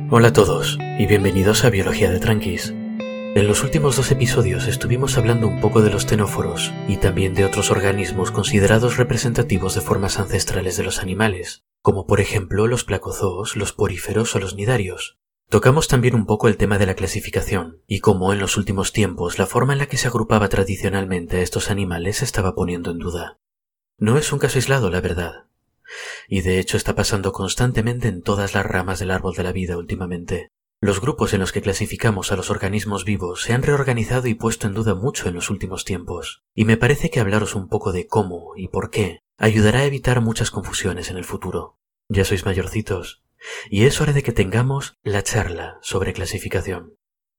Hola a todos y bienvenidos a Biología de Tranquis. En los últimos 2 episodios estuvimos hablando un poco de los ctenóforos y también de otros organismos considerados representativos de formas ancestrales de los animales, como por ejemplo los placozoos, los poríferos o los nidarios. Tocamos también un poco el tema de la clasificación y cómo en los últimos tiempos la forma en la que se agrupaba tradicionalmente a estos animales se estaba poniendo en duda. No es un caso aislado, la verdad. Y de hecho está pasando constantemente en todas las ramas del árbol de la vida últimamente. Los grupos en los que clasificamos a los organismos vivos se han reorganizado y puesto en duda mucho en los últimos tiempos, y me parece que hablaros un poco de cómo y por qué ayudará a evitar muchas confusiones en el futuro. Ya sois mayorcitos, y es hora de que tengamos la charla sobre clasificación.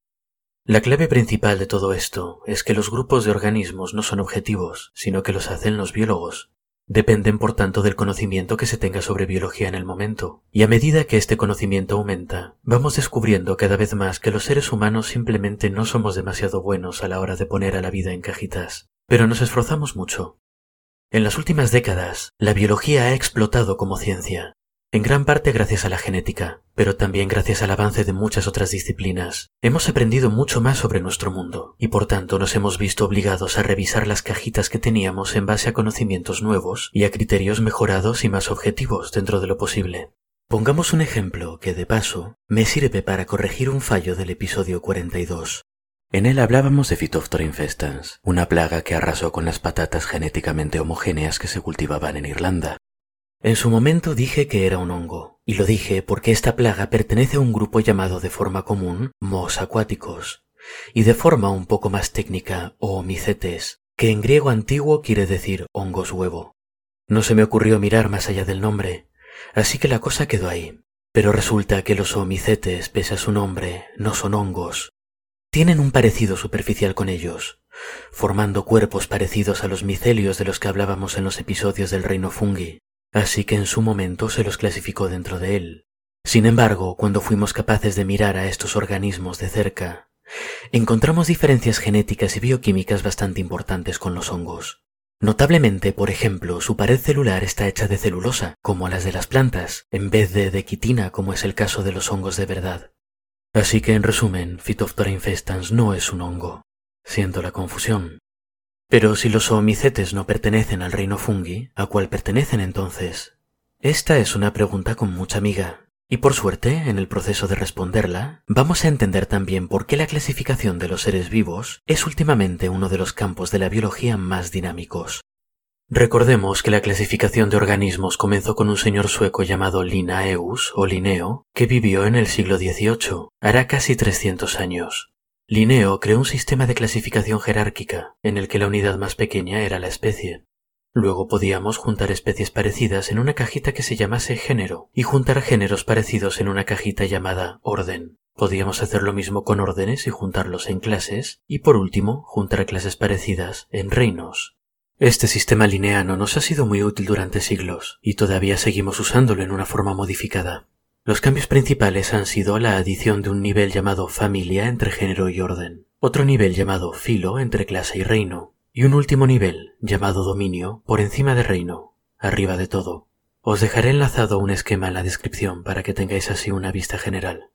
La clave principal de todo esto es que los grupos de organismos no son objetivos, sino que los hacen los biólogos. Dependen, por tanto, del conocimiento que se tenga sobre biología en el momento, y a medida que este conocimiento aumenta, vamos descubriendo cada vez más que los seres humanos simplemente no somos demasiado buenos a la hora de poner a la vida en cajitas, pero nos esforzamos mucho. En las últimas décadas, la biología ha explotado como ciencia, en gran parte gracias a la genética, pero también gracias al avance de muchas otras disciplinas. Hemos aprendido mucho más sobre nuestro mundo, y por tanto nos hemos visto obligados a revisar las cajitas que teníamos en base a conocimientos nuevos y a criterios mejorados y más objetivos dentro de lo posible. Pongamos un ejemplo que, de paso, me sirve para corregir un fallo del episodio 42. En él hablábamos de Phytophthora infestans, una plaga que arrasó con las patatas genéticamente homogéneas que se cultivaban en Irlanda. En su momento dije que era un hongo, y lo dije porque esta plaga pertenece a un grupo llamado de forma común mohos acuáticos, y de forma un poco más técnica oomycetes, que en griego antiguo quiere decir hongos huevo. No se me ocurrió mirar más allá del nombre, así que la cosa quedó ahí. Pero resulta que los oomycetes, pese a su nombre, no son hongos. Tienen un parecido superficial con ellos, formando cuerpos parecidos a los micelios de los que hablábamos en los episodios del reino fungi. Así que en su momento se los clasificó dentro de él. Sin embargo, cuando fuimos capaces de mirar a estos organismos de cerca, encontramos diferencias genéticas y bioquímicas bastante importantes con los hongos. Notablemente, por ejemplo, su pared celular está hecha de celulosa, como las de las plantas, en vez de quitina, como es el caso de los hongos de verdad. Así que, en resumen, Phytophthora infestans no es un hongo. Siento la confusión. Pero si los oomycetes no pertenecen al reino fungi, ¿a cuál pertenecen entonces? Esta es una pregunta con mucha miga, y por suerte, en el proceso de responderla, vamos a entender también por qué la clasificación de los seres vivos es últimamente uno de los campos de la biología más dinámicos. Recordemos que la clasificación de organismos comenzó con un señor sueco llamado Linnaeus o Linneo, que vivió en el siglo XVIII, hará casi 300 años. Linneo creó un sistema de clasificación jerárquica, en el que la unidad más pequeña era la especie. Luego podíamos juntar especies parecidas en una cajita que se llamase género, y juntar géneros parecidos en una cajita llamada orden. Podíamos hacer lo mismo con órdenes y juntarlos en clases, y por último, juntar clases parecidas en reinos. Este sistema linneano nos ha sido muy útil durante siglos, y todavía seguimos usándolo en una forma modificada. Los cambios principales han sido la adición de un nivel llamado familia entre género y orden, otro nivel llamado filo entre clase y reino, y un último nivel llamado dominio por encima de reino, arriba de todo. Os dejaré enlazado un esquema en la descripción para que tengáis así una vista general.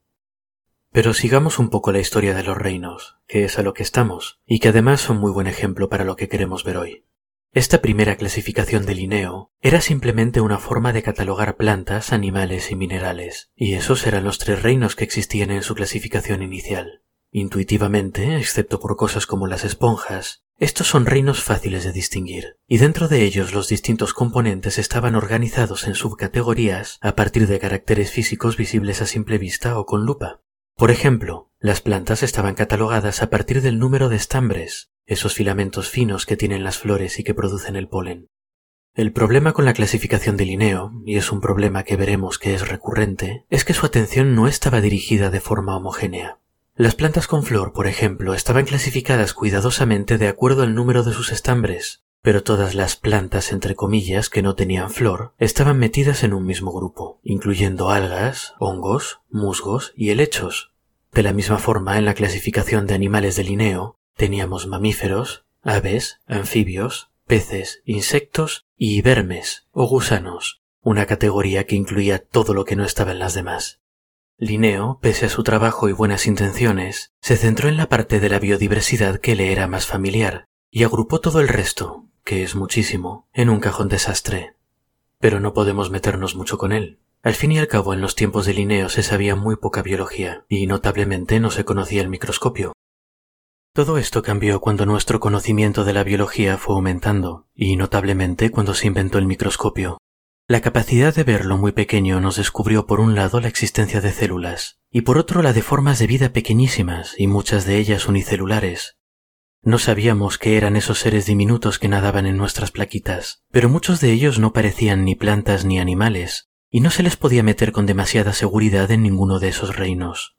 Pero sigamos un poco la historia de los reinos, que es a lo que estamos, y que además son muy buen ejemplo para lo que queremos ver hoy. Esta primera clasificación de Linneo era simplemente una forma de catalogar plantas, animales y minerales, y esos eran los 3 reinos que existían en su clasificación inicial. Intuitivamente, excepto por cosas como las esponjas, estos son reinos fáciles de distinguir, y dentro de ellos los distintos componentes estaban organizados en subcategorías a partir de caracteres físicos visibles a simple vista o con lupa. Por ejemplo, las plantas estaban catalogadas a partir del número de estambres, esos filamentos finos que tienen las flores y que producen el polen. El problema con la clasificación de Linneo, y es un problema que veremos que es recurrente, es que su atención no estaba dirigida de forma homogénea. Las plantas con flor, por ejemplo, estaban clasificadas cuidadosamente de acuerdo al número de sus estambres, pero todas las plantas, entre comillas, que no tenían flor, estaban metidas en un mismo grupo, incluyendo algas, hongos, musgos y helechos. De la misma forma, en la clasificación de animales de Linneo, teníamos mamíferos, aves, anfibios, peces, insectos y vermes o gusanos, una categoría que incluía todo lo que no estaba en las demás. Linneo, pese a su trabajo y buenas intenciones, se centró en la parte de la biodiversidad que le era más familiar y agrupó todo el resto, que es muchísimo, en un cajón desastre. Pero no podemos meternos mucho con él. Al fin y al cabo, en los tiempos de Linneo se sabía muy poca biología y notablemente no se conocía el microscopio. Todo esto cambió cuando nuestro conocimiento de la biología fue aumentando y notablemente cuando se inventó el microscopio. La capacidad de ver lo muy pequeño nos descubrió por un lado la existencia de células y por otro la de formas de vida pequeñísimas y muchas de ellas unicelulares. No sabíamos qué eran esos seres diminutos que nadaban en nuestras plaquitas, pero muchos de ellos no parecían ni plantas ni animales y no se les podía meter con demasiada seguridad en ninguno de esos reinos.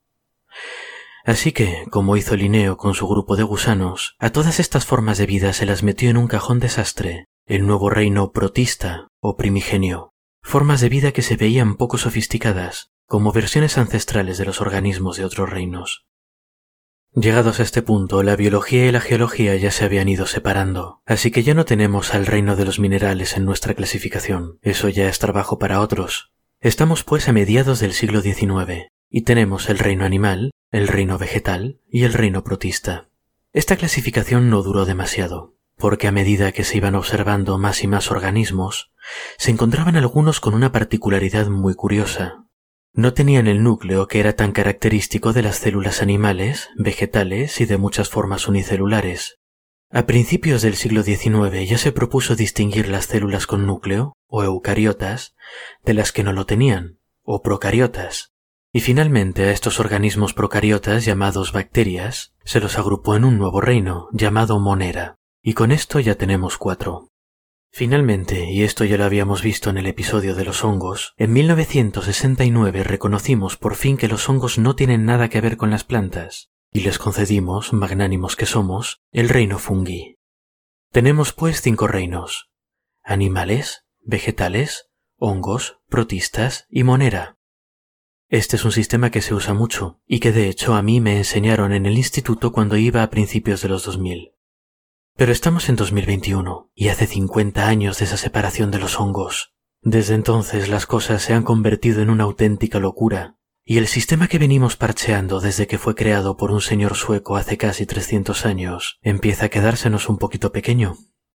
Así que, como hizo Linneo con su grupo de gusanos, a todas estas formas de vida se las metió en un cajón desastre, el nuevo reino protista o primigenio, formas de vida que se veían poco sofisticadas, como versiones ancestrales de los organismos de otros reinos. Llegados a este punto, la biología y la geología ya se habían ido separando, así que ya no tenemos al reino de los minerales en nuestra clasificación, eso ya es trabajo para otros. Estamos pues a mediados del siglo XIX, y tenemos el reino animal, el reino vegetal y el reino protista. Esta clasificación no duró demasiado, porque a medida que se iban observando más y más organismos, se encontraban algunos con una particularidad muy curiosa. No tenían el núcleo que era tan característico de las células animales, vegetales y de muchas formas unicelulares. A principios del siglo XIX ya se propuso distinguir las células con núcleo, o eucariotas, de las que no lo tenían, o procariotas. Y finalmente a estos organismos procariotas llamados bacterias se los agrupó en un nuevo reino llamado Monera, y con esto ya tenemos 4. Finalmente, y esto ya lo habíamos visto en el episodio de los hongos, en 1969 reconocimos por fin que los hongos no tienen nada que ver con las plantas, y les concedimos, magnánimos que somos, el reino fungi. Tenemos pues 5 reinos: animales, vegetales, hongos, protistas y Monera. Este es un sistema que se usa mucho y que de hecho a mí me enseñaron en el instituto cuando iba a principios de los 2000. Pero estamos en 2021 y hace 50 años de esa separación de los hongos. Desde entonces las cosas se han convertido en una auténtica locura y el sistema que venimos parcheando desde que fue creado por un señor sueco hace casi 300 años empieza a quedársenos un poquito pequeño.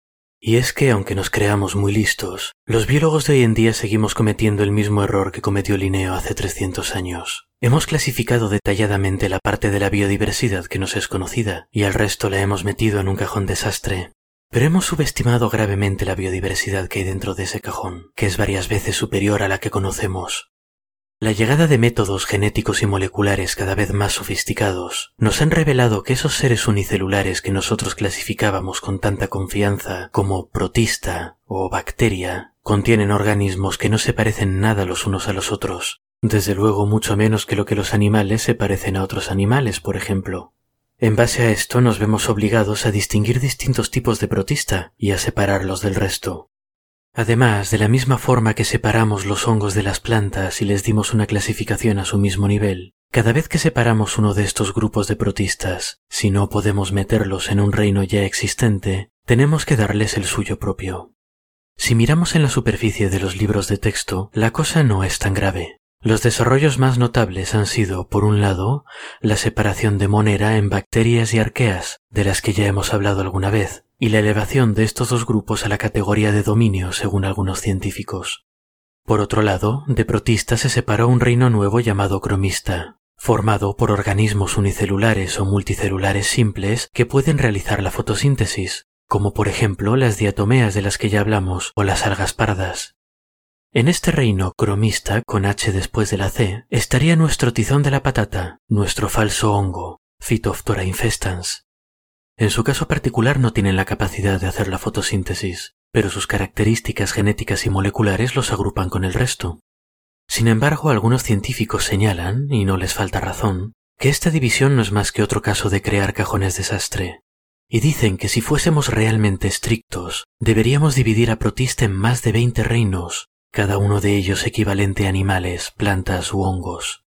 Y es que, aunque nos creamos muy listos, los biólogos de hoy en día seguimos cometiendo el mismo error que cometió Linneo hace 300 años. Hemos clasificado detalladamente la parte de la biodiversidad que nos es conocida, y al resto la hemos metido en un cajón desastre. Pero hemos subestimado gravemente la biodiversidad que hay dentro de ese cajón, que es varias veces superior a la que conocemos. La llegada de métodos genéticos y moleculares cada vez más sofisticados nos han revelado que esos seres unicelulares que nosotros clasificábamos con tanta confianza como protista o bacteria contienen organismos que no se parecen nada los unos a los otros, desde luego mucho menos que lo que los animales se parecen a otros animales, por ejemplo. En base a esto nos vemos obligados a distinguir distintos tipos de protista y a separarlos del resto. Además, de la misma forma que separamos los hongos de las plantas y les dimos una clasificación a su mismo nivel, cada vez que separamos uno de estos grupos de protistas, si no podemos meterlos en un reino ya existente, tenemos que darles el suyo propio. Si miramos en la superficie de los libros de texto, la cosa no es tan grave. Los desarrollos más notables han sido, por un lado, la separación de Monera en bacterias y arqueas, de las que ya hemos hablado alguna vez, y la elevación de estos dos grupos a la categoría de dominio según algunos científicos. Por otro lado, de protista se separó un reino nuevo llamado cromista, formado por organismos unicelulares o multicelulares simples que pueden realizar la fotosíntesis, como por ejemplo las diatomeas de las que ya hablamos o las algas pardas. En este reino cromista, con H después de la C, estaría nuestro tizón de la patata, nuestro falso hongo, Phytophthora infestans. En su caso particular no tienen la capacidad de hacer la fotosíntesis, pero sus características genéticas y moleculares los agrupan con el resto. Sin embargo, algunos científicos señalan, y no les falta razón, que esta división no es más que otro caso de crear cajones desastre, y dicen que si fuésemos realmente estrictos, deberíamos dividir a protista en más de 20 reinos, cada uno de ellos equivalente a animales, plantas u hongos.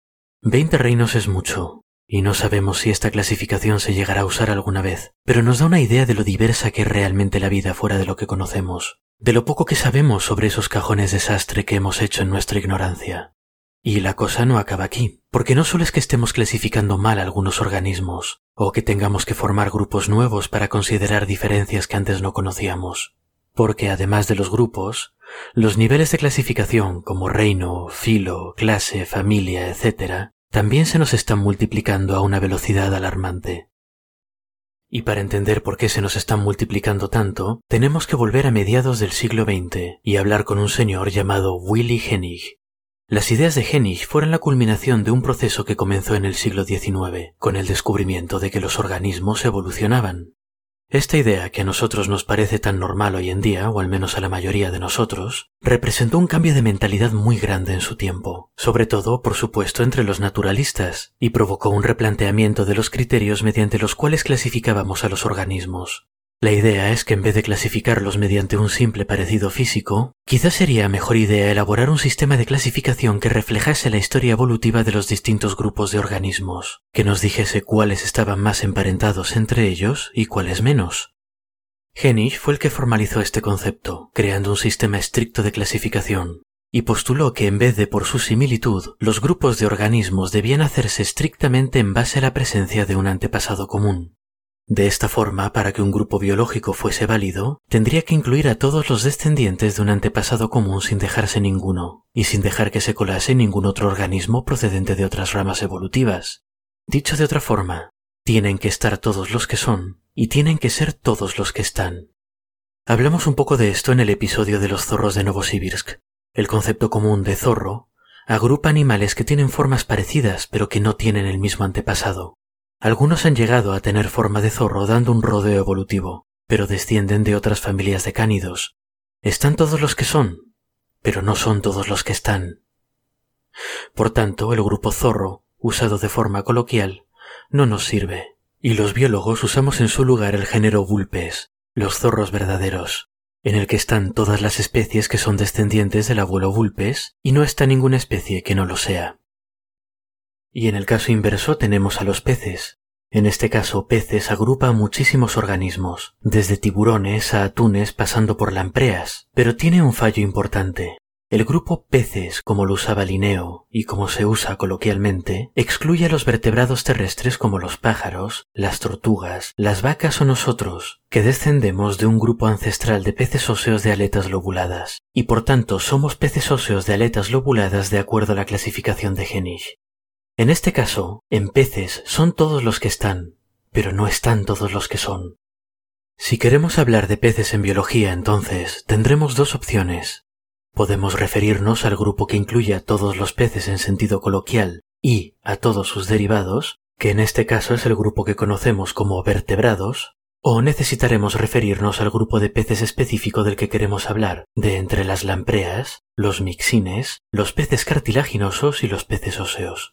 20 reinos es mucho, y no sabemos si esta clasificación se llegará a usar alguna vez, pero nos da una idea de lo diversa que es realmente la vida fuera de lo que conocemos, de lo poco que sabemos sobre esos cajones desastre que hemos hecho en nuestra ignorancia. Y la cosa no acaba aquí, porque no solo es que estemos clasificando mal algunos organismos, o que tengamos que formar grupos nuevos para considerar diferencias que antes no conocíamos, porque además de los grupos, los niveles de clasificación como reino, filo, clase, familia, etc., también se nos están multiplicando a una velocidad alarmante. Y para entender por qué se nos están multiplicando tanto, tenemos que volver a mediados del siglo XX y hablar con un señor llamado Willy Hennig. Las ideas de Hennig fueron la culminación de un proceso que comenzó en el siglo XIX, con el descubrimiento de que los organismos evolucionaban. Esta idea, que a nosotros nos parece tan normal hoy en día, o al menos a la mayoría de nosotros, representó un cambio de mentalidad muy grande en su tiempo, sobre todo, por supuesto, entre los naturalistas, y provocó un replanteamiento de los criterios mediante los cuales clasificábamos a los organismos. La idea es que en vez de clasificarlos mediante un simple parecido físico, quizás sería mejor idea elaborar un sistema de clasificación que reflejase la historia evolutiva de los distintos grupos de organismos, que nos dijese cuáles estaban más emparentados entre ellos y cuáles menos. Hennig fue el que formalizó este concepto, creando un sistema estricto de clasificación, y postuló que en vez de por su similitud, los grupos de organismos debían hacerse estrictamente en base a la presencia de un antepasado común. De esta forma, para que un grupo biológico fuese válido, tendría que incluir a todos los descendientes de un antepasado común sin dejarse ninguno, y sin dejar que se colase ningún otro organismo procedente de otras ramas evolutivas. Dicho de otra forma, tienen que estar todos los que son, y tienen que ser todos los que están. Hablamos un poco de esto en el episodio de los zorros de Novosibirsk. El concepto común de zorro agrupa animales que tienen formas parecidas pero que no tienen el mismo antepasado. Algunos han llegado a tener forma de zorro dando un rodeo evolutivo, pero descienden de otras familias de cánidos. Están todos los que son, pero no son todos los que están. Por tanto, el grupo zorro, usado de forma coloquial, no nos sirve, y los biólogos usamos en su lugar el género Vulpes, los zorros verdaderos, en el que están todas las especies que son descendientes del abuelo Vulpes y no está ninguna especie que no lo sea. Y en el caso inverso tenemos a los peces. En este caso, peces agrupa a muchísimos organismos, desde tiburones a atunes pasando por lampreas, pero tiene un fallo importante. El grupo peces, como lo usaba Linneo y como se usa coloquialmente, excluye a los vertebrados terrestres como los pájaros, las tortugas, las vacas o nosotros, que descendemos de un grupo ancestral de peces óseos de aletas lobuladas, y por tanto somos peces óseos de aletas lobuladas de acuerdo a la clasificación de Hennig. En este caso, en peces son todos los que están, pero no están todos los que son. Si queremos hablar de peces en biología, entonces, tendremos dos opciones. Podemos referirnos al grupo que incluye a todos los peces en sentido coloquial y a todos sus derivados, que en este caso es el grupo que conocemos como vertebrados, o necesitaremos referirnos al grupo de peces específico del que queremos hablar, de entre las lampreas, los mixines, los peces cartilaginosos y los peces óseos.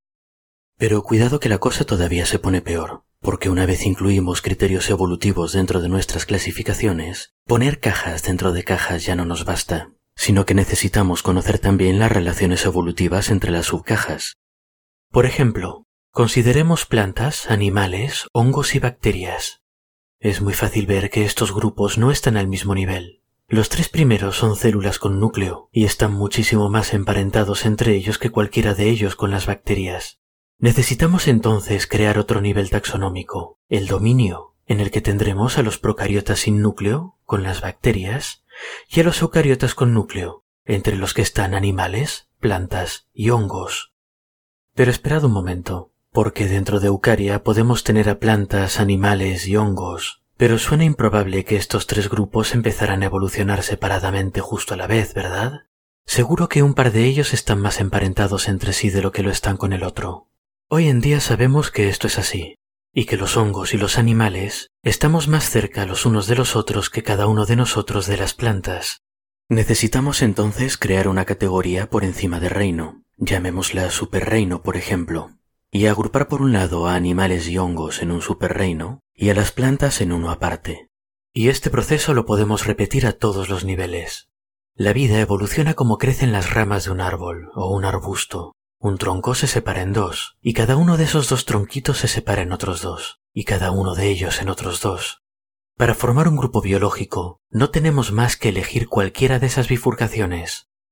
Pero cuidado que la cosa todavía se pone peor, porque una vez incluimos criterios evolutivos dentro de nuestras clasificaciones, poner cajas dentro de cajas ya no nos basta, sino que necesitamos conocer también las relaciones evolutivas entre las subcajas. Por ejemplo, consideremos plantas, animales, hongos y bacterias. Es muy fácil ver que estos grupos no están al mismo nivel. Los tres primeros son células con núcleo y están muchísimo más emparentados entre ellos que cualquiera de ellos con las bacterias. Necesitamos entonces crear otro nivel taxonómico, el dominio, en el que tendremos a los procariotas sin núcleo, con las bacterias, y a los eucariotas con núcleo, entre los que están animales, plantas y hongos. Pero esperad un momento, porque dentro de Eucaria podemos tener a plantas, animales y hongos, pero suena improbable que estos tres grupos empezaran a evolucionar separadamente justo a la vez, ¿verdad? Seguro que un par de ellos están más emparentados entre sí de lo que lo están con el otro. Hoy en día sabemos que esto es así, y que los hongos y los animales estamos más cerca los unos de los otros que cada uno de nosotros de las plantas. Necesitamos entonces crear una categoría por encima de reino, llamémosla superreino por ejemplo, y agrupar por un lado a animales y hongos en un superreino y a las plantas en uno aparte. Y este proceso lo podemos repetir a todos los niveles. La vida evoluciona como crecen las ramas de un árbol o un arbusto. Un tronco se separa en dos, y cada uno de esos dos tronquitos se separa en otros dos, y cada uno de ellos en otros dos. Para formar un grupo biológico, no tenemos más que elegir cualquiera de esas bifurcaciones.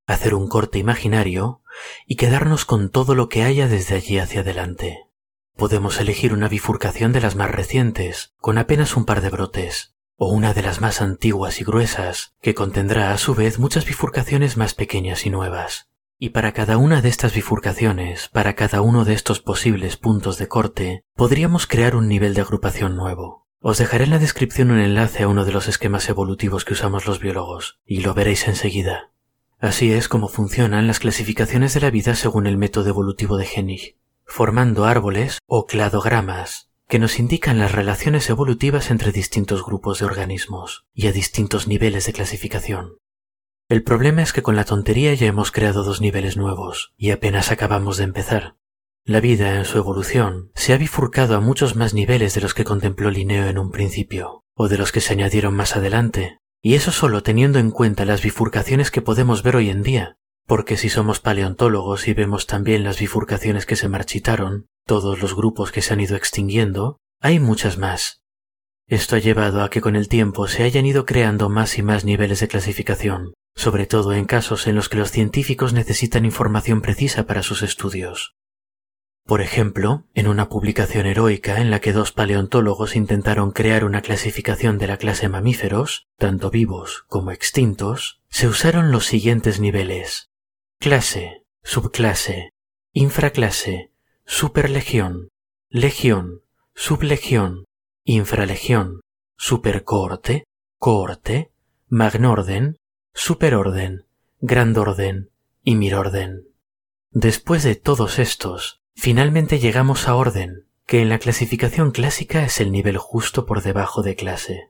hacer un corte imaginario y quedarnos con todo lo que haya desde allí hacia adelante. Podemos elegir una bifurcación de las más recientes, con apenas un par de brotes, o una de las más antiguas y gruesas, que contendrá a su vez muchas bifurcaciones más pequeñas y nuevas. Y para cada una de estas bifurcaciones, para cada uno de estos posibles puntos de corte, podríamos crear un nivel de agrupación nuevo. Os dejaré en la descripción un enlace a uno de los esquemas evolutivos que usamos los biólogos, y lo veréis enseguida. Así es como funcionan las clasificaciones de la vida según el método evolutivo de Hennig, formando árboles o cladogramas, que nos indican las relaciones evolutivas entre distintos grupos de organismos y a distintos niveles de clasificación. El problema es que con la tontería ya hemos creado 2 niveles nuevos y apenas acabamos de empezar. La vida en su evolución se ha bifurcado a muchos más niveles de los que contempló Linneo en un principio, o de los que se añadieron más adelante, y eso solo teniendo en cuenta las bifurcaciones que podemos ver hoy en día, porque si somos paleontólogos y vemos también las bifurcaciones que se marchitaron, todos los grupos que se han ido extinguiendo, hay muchas más. Esto ha llevado a que con el tiempo se hayan ido creando más y más niveles de clasificación, sobre todo en casos en los que los científicos necesitan información precisa para sus estudios. Por ejemplo, en una publicación heroica en la que 2 paleontólogos intentaron crear una clasificación de la clase mamíferos, tanto vivos como extintos, se usaron los siguientes niveles: clase, subclase, infraclase, superlegión, legión, sublegión, infralegión, supercohorte, cohorte, magnoorden, superorden, grandorden y mirorden. Después de todos estos, finalmente llegamos a orden, que en la clasificación clásica es el nivel justo por debajo de clase.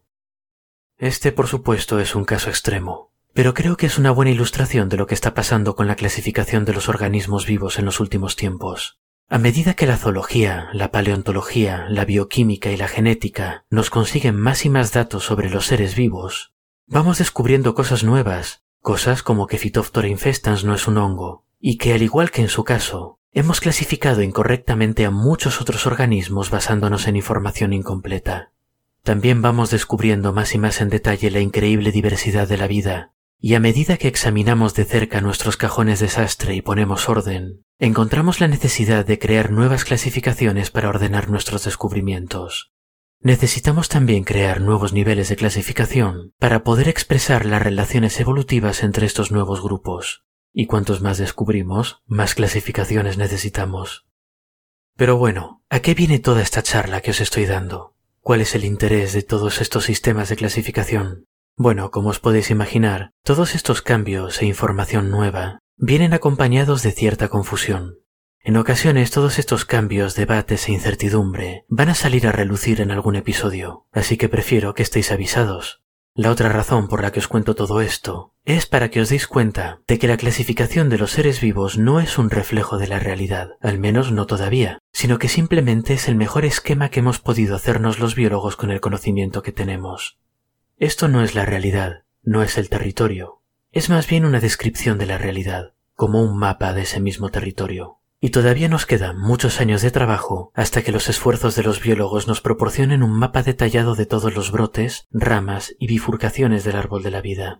Este, por supuesto, es un caso extremo, pero creo que es una buena ilustración de lo que está pasando con la clasificación de los organismos vivos en los últimos tiempos. A medida que la zoología, la paleontología, la bioquímica y la genética nos consiguen más y más datos sobre los seres vivos, vamos descubriendo cosas nuevas, cosas como que Phytophthora infestans no es un hongo, y que al igual que en su caso, hemos clasificado incorrectamente a muchos otros organismos basándonos en información incompleta. También vamos descubriendo más y más en detalle la increíble diversidad de la vida, y a medida que examinamos de cerca nuestros cajones de sastre y ponemos orden, encontramos la necesidad de crear nuevas clasificaciones para ordenar nuestros descubrimientos. Necesitamos también crear nuevos niveles de clasificación para poder expresar las relaciones evolutivas entre estos nuevos grupos, y cuantos más descubrimos, más clasificaciones necesitamos. Pero bueno, ¿a qué viene toda esta charla que os estoy dando? ¿Cuál es el interés de todos estos sistemas de clasificación? Bueno, como os podéis imaginar, todos estos cambios e información nueva vienen acompañados de cierta confusión. En ocasiones todos estos cambios, debates e incertidumbre van a salir a relucir en algún episodio, así que prefiero que estéis avisados. La otra razón por la que os cuento todo esto es para que os deis cuenta de que la clasificación de los seres vivos no es un reflejo de la realidad, al menos no todavía, sino que simplemente es el mejor esquema que hemos podido hacernos los biólogos con el conocimiento que tenemos. Esto no es la realidad, no es el territorio, es más bien una descripción de la realidad, como un mapa de ese mismo territorio. Y todavía nos quedan muchos años de trabajo hasta que los esfuerzos de los biólogos nos proporcionen un mapa detallado de todos los brotes, ramas y bifurcaciones del árbol de la vida.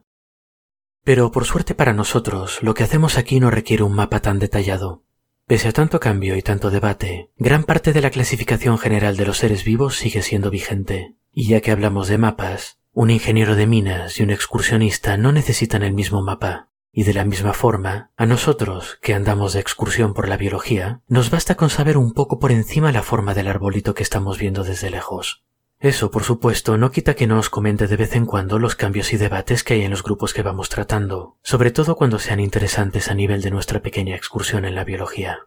Pero por suerte para nosotros, lo que hacemos aquí no requiere un mapa tan detallado. Pese a tanto cambio y tanto debate, gran parte de la clasificación general de los seres vivos sigue siendo vigente. Y ya que hablamos de mapas, un ingeniero de minas y un excursionista no necesitan el mismo mapa. Y de la misma forma, a nosotros, que andamos de excursión por la biología, nos basta con saber un poco por encima la forma del arbolito que estamos viendo desde lejos. Eso, por supuesto, no quita que no os comente de vez en cuando los cambios y debates que hay en los grupos que vamos tratando, sobre todo cuando sean interesantes a nivel de nuestra pequeña excursión en la biología.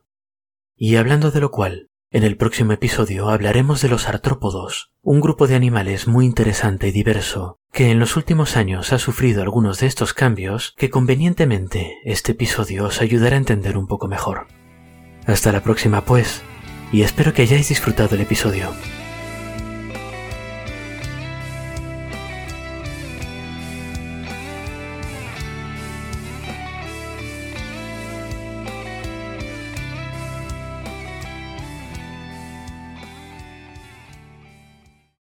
Y hablando de lo cual, en el próximo episodio hablaremos de los artrópodos, un grupo de animales muy interesante y diverso, que en los últimos años ha sufrido algunos de estos cambios que convenientemente este episodio os ayudará a entender un poco mejor. Hasta la próxima pues, y espero que hayáis disfrutado el episodio.